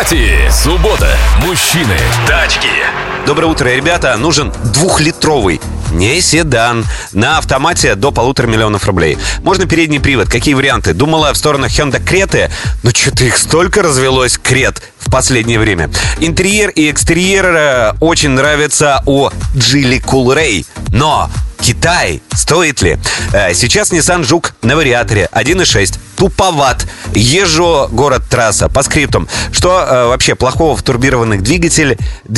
Автопати. Суббота. Мужчины. Тачки. Доброе утро, ребята. Нужен 2-литровый, не седан, на автомате до 1,5 миллиона рублей. Можно передний привод. Какие варианты? Думала в сторону Hyundai Creta, но что-то их столько развелось, Крет, в последнее время. Интерьер и экстерьер очень нравится у Geely Coolray. Но Китай, стоит ли? Сейчас Nissan Juke на вариаторе 1.6. Туповат. Езжу город-трасса. По скриптам. Что вообще плохого в турбированных двигателях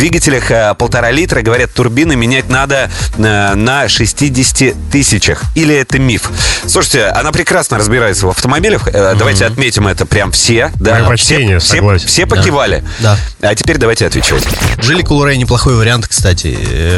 1,5 литра? Говорят, турбины менять надо на 60 тысячах. Или это миф? Слушайте, она прекрасно разбирается в автомобилях. Давайте отметим это прям все. Да, почтение, согласен. Все покивали. Да. А теперь давайте отвечать. Geely Coolray неплохой вариант, кстати.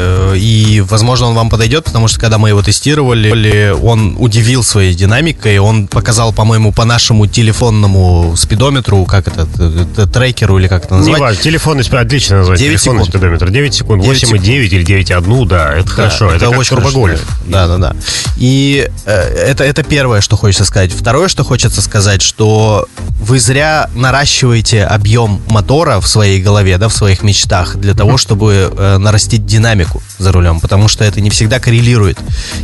И, возможно, он вам подойдет, потому что, когда мы его тестировали, он удивил своей динамикой. Он показал, по-моему, по нашему телефонному спидометру, как это, трекеру или как это называть? Неважно, телефонный отлично назвать. 9 телефонный секунд. спидометр. 9 секунд. 8,9 или 9,1, да, это хорошо. Это как очень турбогольф. хорошо. Да. И это первое, что хочется сказать. Второе, что хочется сказать, что вы зря наращиваете объем мотора в своей голове, да, в своих мечтах, для того, чтобы нарастить динамику за рулем, потому что это не всегда коррелирует.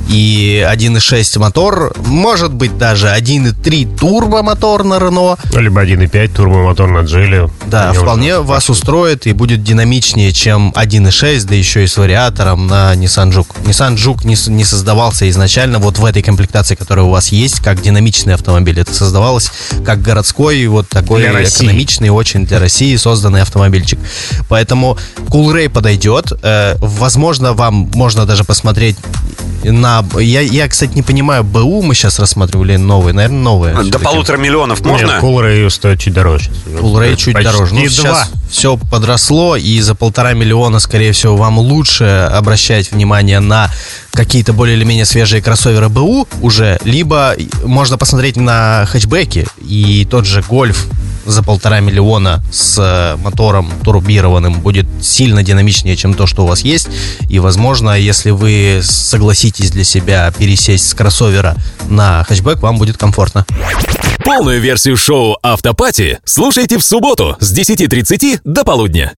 И 1.6 мотор, может быть, даже 1.3 турбомотор на Renault. Либо 1.5 турбомотор на Geely. Да, вполне вас устроит и будет динамичнее, чем 1.6, да еще и с вариатором на Nissan Juke. Nissan Juke не создавался изначально вот в этой комплектации, которая у вас есть, как динамичный автомобиль. Это создавалось как городской, вот такой экономичный, очень для России созданный автомобильчик. Поэтому Coolray подойдет. Возможно, вам можно даже посмотреть на... Я, кстати, не понимаю, БУ мы сейчас рассматривали новые, наверное, новые. До 1,5 миллиона можно? Нет, Coolray стоит чуть дороже. Coolray чуть дороже. Ну, сейчас все подросло, и за 1,5 миллиона, скорее всего, вам лучше обращать внимание на какие-то более или менее свежие кроссоверы БУ уже, либо можно посмотреть на хэтчбеки, и тот же Гольф за 1,5 миллиона с мотором турбированным будет сильно динамичнее, чем то, что у вас есть. И, возможно, если вы согласитесь для себя пересесть с кроссовера на хэтчбэк, вам будет комфортно. Полную версию шоу «Автопати» слушайте в субботу с 10:30 до полудня.